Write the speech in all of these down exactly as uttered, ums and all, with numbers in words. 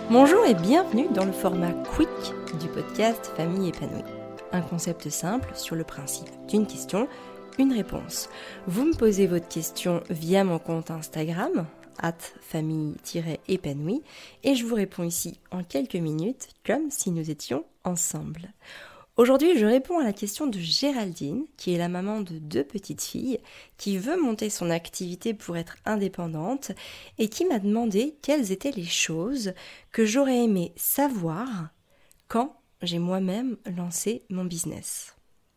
Bonjour et bienvenue dans le format Quick du podcast Famille épanouie. Un concept simple sur le principe d'une question, une réponse. Vous me posez votre question via mon compte Instagram, arobase famille-épanouie, et je vous réponds ici en quelques minutes, comme si nous étions ensemble. Aujourd'hui, je réponds à la question de Géraldine, qui est la maman de deux petites filles, qui veut monter son activité pour être indépendante et qui m'a demandé quelles étaient les choses que j'aurais aimé savoir quand j'ai moi-même lancé mon business.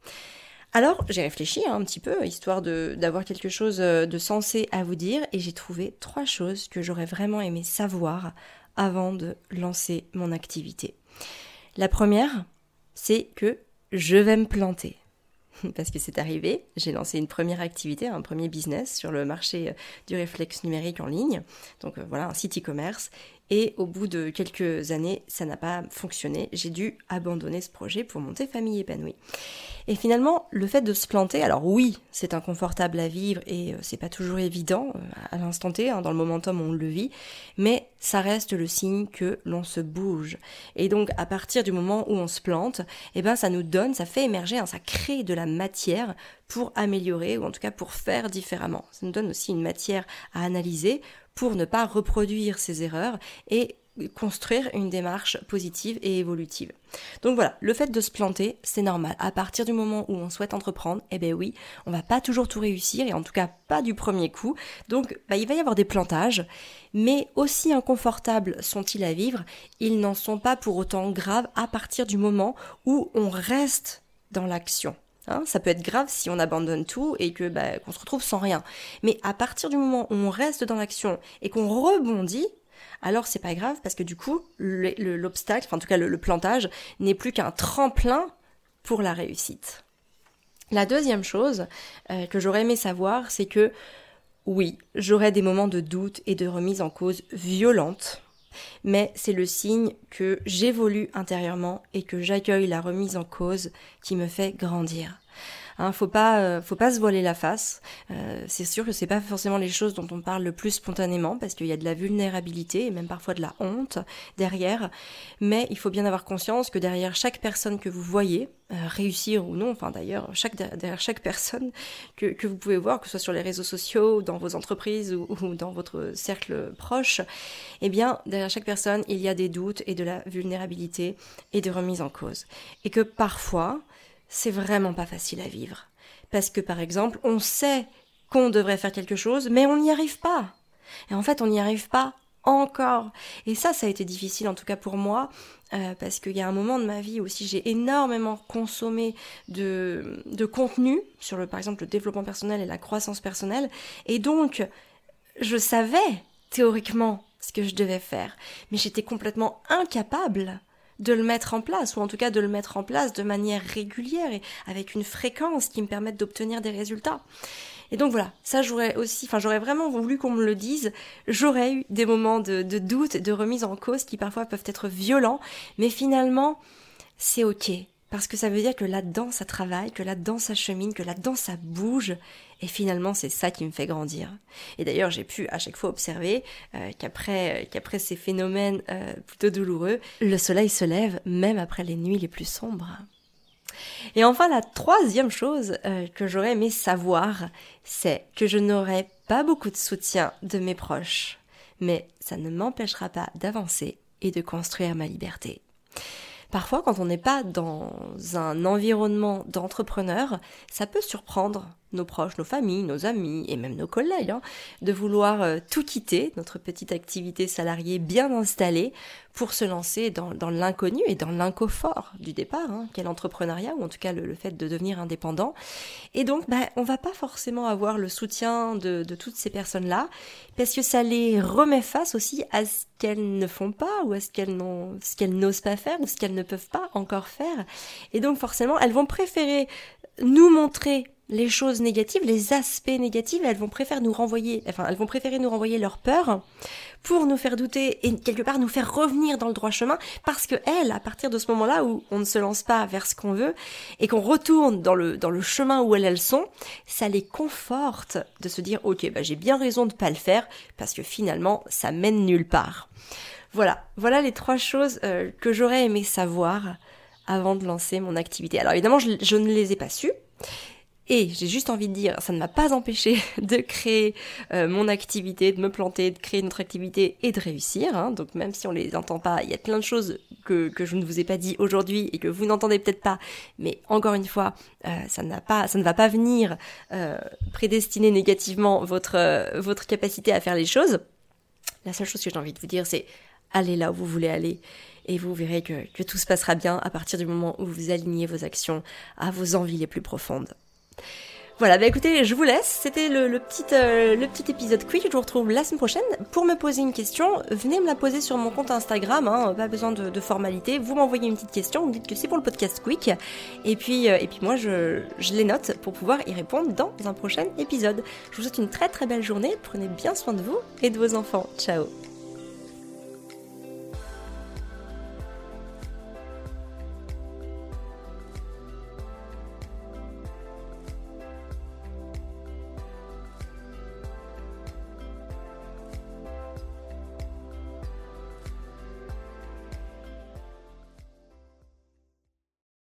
Alors, j'ai réfléchi hein, un petit peu, histoire de, d'avoir quelque chose de sensé à vous dire, et j'ai trouvé trois choses que j'aurais vraiment aimé savoir avant de lancer mon activité. La première, c'est que je vais me planter. Parce que c'est arrivé, j'ai lancé une première activité, un premier business sur le marché du réflexe numérique en ligne, donc euh, voilà, un site e-commerce, et au bout de quelques années, ça n'a pas fonctionné, j'ai dû abandonner ce projet pour monter Famille épanouie. Et finalement, le fait de se planter, alors oui, c'est inconfortable à vivre et euh, c'est pas toujours évident euh, à l'instant T, hein, dans le momentum où on le vit, mais ça reste le signe que l'on se bouge. Et donc, à partir du moment où on se plante, eh ben, ça nous donne, ça fait émerger, hein, ça crée de la matière pour améliorer ou en tout cas pour faire différemment. Ça nous donne aussi une matière à analyser pour ne pas reproduire ces erreurs et construire une démarche positive et évolutive. Donc voilà, le fait de se planter, c'est normal. À partir du moment où on souhaite entreprendre, eh ben oui, on va pas toujours tout réussir et en tout cas pas du premier coup. Donc bah, il va y avoir des plantages, mais aussi inconfortables sont-ils à vivre, ils n'en sont pas pour autant graves à partir du moment où on reste dans l'action. Hein, ça peut être grave si on abandonne tout et que bah, qu'on se retrouve sans rien. Mais à partir du moment où on reste dans l'action et qu'on rebondit, alors c'est pas grave parce que du coup, le, le, l'obstacle, enfin en tout cas le, le plantage, n'est plus qu'un tremplin pour la réussite. La deuxième chose euh, que j'aurais aimé savoir, c'est que oui, j'aurais des moments de doute et de remise en cause violentes, mais c'est le signe que j'évolue intérieurement et que j'accueille la remise en cause qui me fait grandir. Hein, faut pas, euh, faut pas se voiler la face. Euh, c'est sûr que c'est pas forcément les choses dont on parle le plus spontanément parce qu'il y a de la vulnérabilité et même parfois de la honte derrière. Mais il faut bien avoir conscience que derrière chaque personne que vous voyez, euh, réussir ou non, enfin d'ailleurs, chaque, derrière chaque personne que, que vous pouvez voir, que ce soit sur les réseaux sociaux, dans vos entreprises ou, ou dans votre cercle proche, eh bien, derrière chaque personne, il y a des doutes et de la vulnérabilité et de remise en cause. Et que parfois, c'est vraiment pas facile à vivre. Parce que, par exemple, on sait qu'on devrait faire quelque chose, mais on n'y arrive pas. Et en fait, on n'y arrive pas encore. Et ça, ça a été difficile, en tout cas pour moi, euh, parce qu'il y a un moment de ma vie aussi, j'ai énormément consommé de, de contenu sur, le, par exemple, le développement personnel et la croissance personnelle. Et donc, je savais, théoriquement, ce que je devais faire. Mais j'étais complètement incapable de le mettre en place, ou en tout cas de le mettre en place de manière régulière et avec une fréquence qui me permette d'obtenir des résultats. Et donc voilà, ça j'aurais aussi, enfin j'aurais vraiment voulu qu'on me le dise, j'aurais eu des moments de, de doute, de remise en cause qui parfois peuvent être violents, mais finalement c'est ok, parce que ça veut dire que là-dedans ça travaille, que là-dedans ça chemine, que là-dedans ça bouge, et finalement c'est ça qui me fait grandir. Et d'ailleurs j'ai pu à chaque fois observer euh, qu'après, euh, qu'après ces phénomènes euh, plutôt douloureux, le soleil se lève même après les nuits les plus sombres. Et enfin la troisième chose euh, que j'aurais aimé savoir, c'est que je n'aurais pas beaucoup de soutien de mes proches, mais ça ne m'empêchera pas d'avancer et de construire ma liberté. Parfois, quand on n'est pas dans un environnement d'entrepreneurs, ça peut surprendre nos proches, nos familles, nos amis et même nos collègues, hein, de vouloir euh, tout quitter, notre petite activité salariée bien installée, pour se lancer dans, dans l'inconnu et dans l'inconfort du départ, hein, qu'est l'entrepreneuriat, ou en tout cas le, le fait de devenir indépendant. Et donc, bah, on va pas forcément avoir le soutien de, de toutes ces personnes-là, parce que ça les remet face aussi à ce qu'elles ne font pas, ou à ce qu'elles, n'ont, ce qu'elles n'osent pas faire, ou ce qu'elles ne peuvent pas encore faire. Et donc, forcément, elles vont préférer nous montrer les choses négatives, les aspects négatifs, elles vont préférer nous renvoyer, enfin, elles vont préférer nous renvoyer leur peur pour nous faire douter et quelque part nous faire revenir dans le droit chemin, parce que elles, à partir de ce moment-là où on ne se lance pas vers ce qu'on veut et qu'on retourne dans le dans le chemin où elles, elles sont, ça les conforte de se dire ok, bah j'ai bien raison de pas le faire parce que finalement ça mène nulle part. Voilà, voilà les trois choses euh, que j'aurais aimé savoir avant de lancer mon activité. Alors évidemment, je, je ne les ai pas su. Et j'ai juste envie de dire, ça ne m'a pas empêché de créer euh, mon activité, de me planter, de créer notre activité et de réussir. Hein. Donc même si on les entend pas, il y a plein de choses que, que je ne vous ai pas dit aujourd'hui et que vous n'entendez peut-être pas. Mais encore une fois, euh, ça n'a pas, ça ne va pas venir euh, prédestiner négativement votre, euh, votre capacité à faire les choses. La seule chose que j'ai envie de vous dire, c'est allez là où vous voulez aller. Et vous verrez que, que tout se passera bien à partir du moment où vous alignez vos actions à vos envies les plus profondes. Voilà, bah écoutez, je vous laisse. C'était le, le, petit, euh, le petit épisode quick. Je vous retrouve la semaine prochaine. Pour me poser une question, venez me la poser sur mon compte Instagram. Hein, pas besoin de, de formalité. Vous m'envoyez une petite question, vous me dites que c'est pour le podcast quick. Et puis, euh, et puis moi, je, je les note pour pouvoir y répondre dans un prochain épisode. Je vous souhaite une très très belle journée. Prenez bien soin de vous et de vos enfants. Ciao.